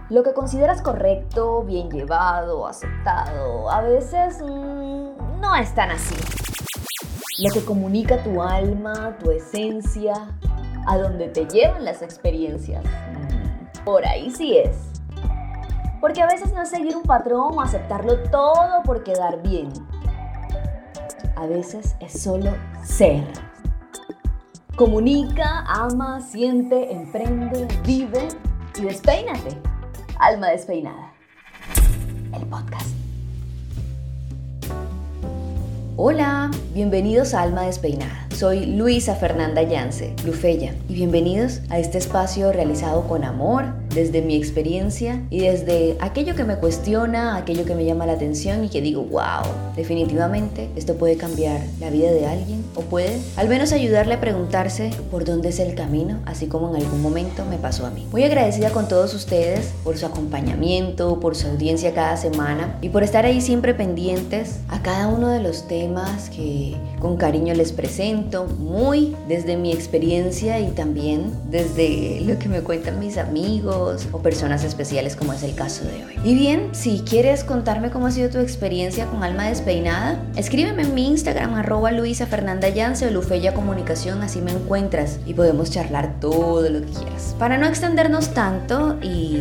Lo que consideras correcto, bien llevado, aceptado, a veces no es tan así. Lo que comunica tu alma, tu esencia, a donde te llevan las experiencias, por ahí sí es. Porque a veces no es seguir un patrón o aceptarlo todo por quedar bien. A veces es solo ser. Comunica, ama, siente, emprende, vive y despeínate. Alma Despeinada, el podcast. Hola, bienvenidos a Alma Despeinada. Soy Luisa Fernanda Yance, Lufeya, y bienvenidos a este espacio realizado con amor, desde mi experiencia y desde aquello que me cuestiona, aquello que me llama la atención y que digo, wow, definitivamente esto puede cambiar la vida de alguien o puede al menos ayudarle a preguntarse por dónde es el camino, así como en algún momento me pasó a mí. Muy agradecida con todos ustedes por su acompañamiento, por su audiencia cada semana y por estar ahí siempre pendientes a cada uno de los temas que con cariño les presento, muy desde mi experiencia y también desde lo que me cuentan mis amigos o personas especiales como es el caso de hoy. Y bien, si quieres contarme cómo ha sido tu experiencia con Alma Despeinada, escríbeme en mi Instagram @LuisaFernandaYance o Lufeya Comunicación, así me encuentras y podemos charlar todo lo que quieras. Para no extendernos tanto y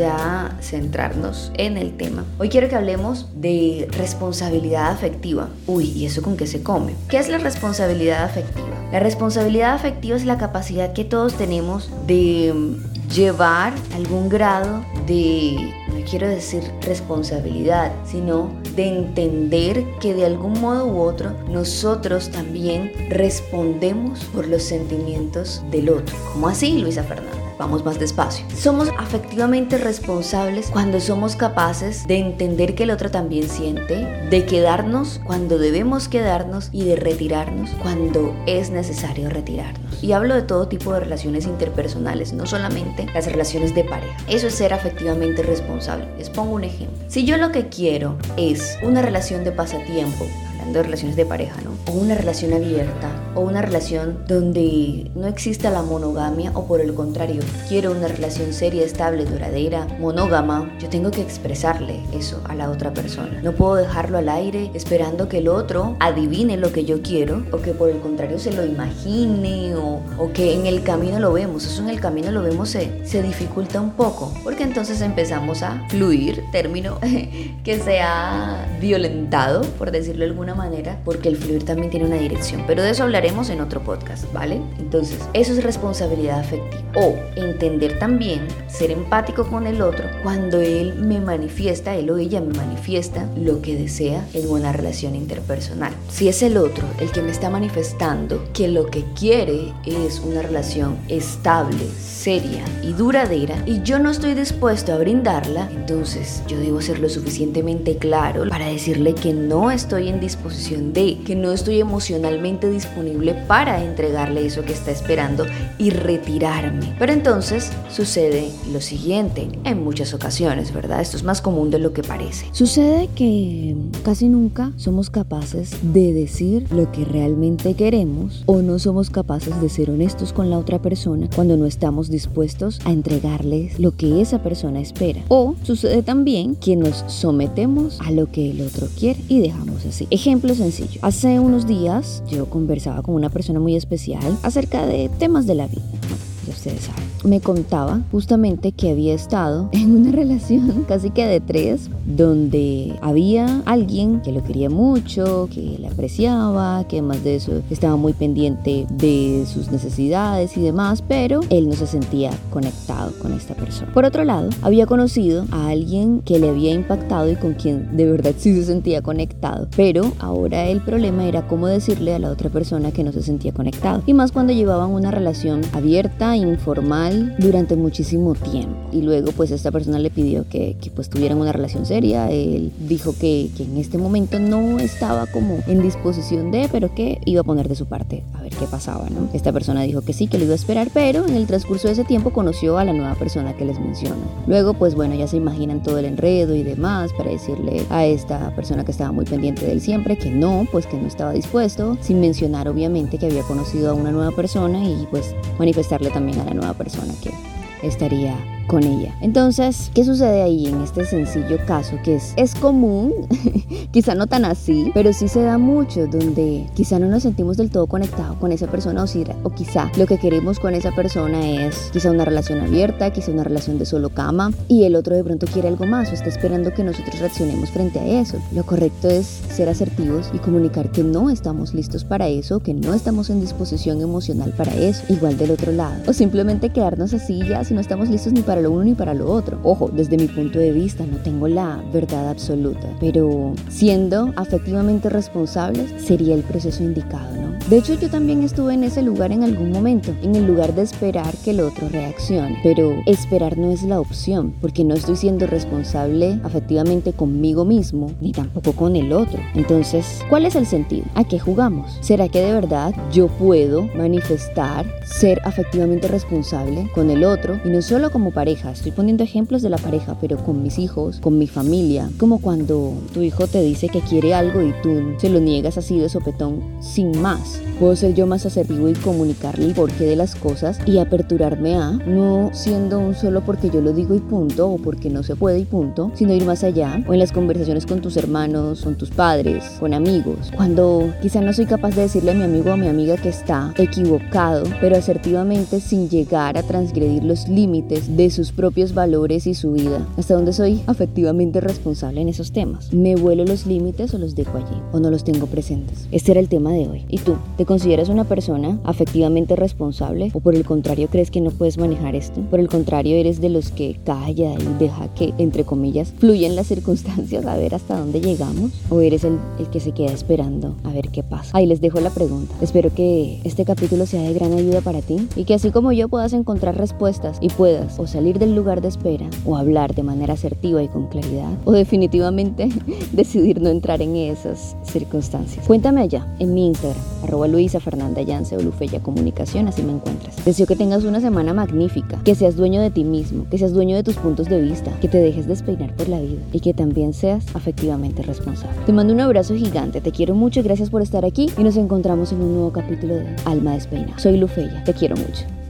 ya centrarnos en el tema, hoy quiero que hablemos de responsabilidad afectiva. Uy, ¿y eso con qué se come? ¿Qué es la responsabilidad afectiva? La responsabilidad afectiva es la capacidad que todos tenemos de llevar algún grado de, no quiero decir responsabilidad, sino de entender que de algún modo u otro nosotros también respondemos por los sentimientos del otro. ¿Cómo así, Luisa Fernanda? Vamos más despacio. Somos afectivamente responsables cuando somos capaces de entender que el otro también siente, de quedarnos cuando debemos quedarnos y de retirarnos cuando es necesario retirarnos. Y hablo de todo tipo de relaciones interpersonales, no solamente las relaciones de pareja. Eso es ser afectivamente responsable. Les pongo un ejemplo. Si yo lo que quiero es una relación de pasatiempo, hablando de relaciones de pareja, ¿no? O una relación abierta, o una relación donde no exista la monogamia, o por el contrario, quiero una relación seria, estable, duradera, monógama, yo tengo que expresarle eso a la otra persona. No puedo dejarlo al aire esperando que el otro adivine lo que yo quiero, o que por el contrario se lo imagine, o que en el camino lo vemos. Eso en el camino lo vemos se dificulta un poco, porque entonces empezamos a fluir, término que se ha violentado, por decirlo de alguna manera, porque el fluir también tiene una dirección, pero de eso hablaremos en otro podcast, ¿vale? Entonces, eso es responsabilidad afectiva. O entender también, ser empático con el otro cuando él me manifiesta, él o ella me manifiesta lo que desea en una relación interpersonal. Si es el otro el que me está manifestando que lo que quiere es una relación estable, seria y duradera, y yo no estoy dispuesto a brindarla, entonces yo debo ser lo suficientemente claro para decirle que no estoy en disposición de, que no estoy emocionalmente disponible para entregarle eso que está esperando y retirarme. Pero entonces sucede lo siguiente en muchas ocasiones, ¿verdad? Esto es más común de lo que parece. Sucede que casi nunca somos capaces de decir lo que realmente queremos, o no somos capaces de ser honestos con la otra persona cuando no estamos dispuestos a entregarles lo que esa persona espera. O sucede también que nos sometemos a lo que el otro quiere y dejamos así. Ejemplo sencillo. Hace unos días yo conversaba con una persona muy especial acerca de temas de la vida. Ya ustedes saben. Me contaba justamente que había estado en una relación casi que de 3, donde había alguien que lo quería mucho, que le apreciaba, que además de eso estaba muy pendiente de sus necesidades y demás, pero él no se sentía conectado con esta persona. Por otro lado, había conocido a alguien que le había impactado y con quien de verdad sí se sentía conectado, pero ahora el problema era cómo decirle a la otra persona que no se sentía conectado, y más cuando llevaban una relación abierta, informal, durante muchísimo tiempo. Y luego pues esta persona le pidió que pues tuvieran una relación seria. Él dijo que en este momento no estaba como en disposición de, pero que iba a poner de su parte a ver qué pasaba, ¿no? Esta persona dijo que sí, que lo iba a esperar, pero en el transcurso de ese tiempo conoció a la nueva persona que les menciono. Luego pues bueno, ya se imaginan todo el enredo y demás para decirle a esta persona que estaba muy pendiente de él siempre que no, pues que no estaba dispuesto, sin mencionar obviamente que había conocido a una nueva persona, y pues manifestarle también a la nueva persona que estaría con ella. Entonces, ¿qué sucede ahí en este sencillo caso? Que es común, quizá no tan así, pero sí se da mucho, donde quizá no nos sentimos del todo conectados con esa persona, o quizá lo que queremos con esa persona es quizá una relación abierta, quizá una relación de solo cama, y el otro de pronto quiere algo más o está esperando que nosotros reaccionemos frente a eso. Lo correcto es ser asertivos y comunicar que no estamos listos para eso, que no estamos en disposición emocional para eso, igual del otro lado, o simplemente quedarnos así ya si no estamos listos ni para lo uno ni para lo otro. Ojo, desde mi punto de vista no tengo la verdad absoluta, pero siendo afectivamente responsables sería el proceso indicado, ¿no? De hecho, yo también estuve en ese lugar en algún momento, en el lugar de esperar que el otro reaccione, pero esperar no es la opción, porque no estoy siendo responsable afectivamente conmigo mismo, ni tampoco con el otro. Entonces, ¿cuál es el sentido? ¿A qué jugamos? ¿Será que de verdad yo puedo manifestar ser afectivamente responsable con el otro? Y no solo como pareja, estoy poniendo ejemplos de la pareja, pero con mis hijos, con mi familia, como cuando tu hijo te dice que quiere algo y tú se lo niegas así de sopetón sin más. Puedo ser yo más asertivo y comunicarle el porqué de las cosas y aperturarme a, no siendo un solo porque yo lo digo y punto, o porque no se puede y punto, sino ir más allá, o en las conversaciones con tus hermanos, con tus padres, con amigos, cuando quizá no soy capaz de decirle a mi amigo o a mi amiga que está equivocado, pero asertivamente sin llegar a transgredir los límites de sus propios valores y su vida, hasta donde soy afectivamente responsable en esos temas. ¿Me vuelo los límites o los dejo allí, o no los tengo presentes? Este era el tema de hoy. ¿Y tú? ¿Te consideras una persona afectivamente responsable o por el contrario crees que no puedes manejar esto? Por el contrario, eres de los que calla y deja que, entre comillas, fluyan las circunstancias a ver hasta dónde llegamos, o eres el que se queda esperando a ver qué pasa. Ahí les dejo la pregunta. Espero que este capítulo sea de gran ayuda para ti y que así como yo puedas encontrar respuestas y puedas o salir del lugar de espera o hablar de manera asertiva y con claridad, o definitivamente decidir no entrar en esas circunstancias. Cuéntame allá en mi Instagram, @Luisa Fernanda Yance o Lufeya Comunicación, así me encuentras. Deseo que tengas una semana magnífica, que seas dueño de ti mismo, que seas dueño de tus puntos de vista, que te dejes despeinar por la vida y que también seas afectivamente responsable. Te mando un abrazo gigante, te quiero mucho y gracias por estar aquí y nos encontramos en un nuevo capítulo de Alma Despeinada. Soy Lufeya, te quiero mucho.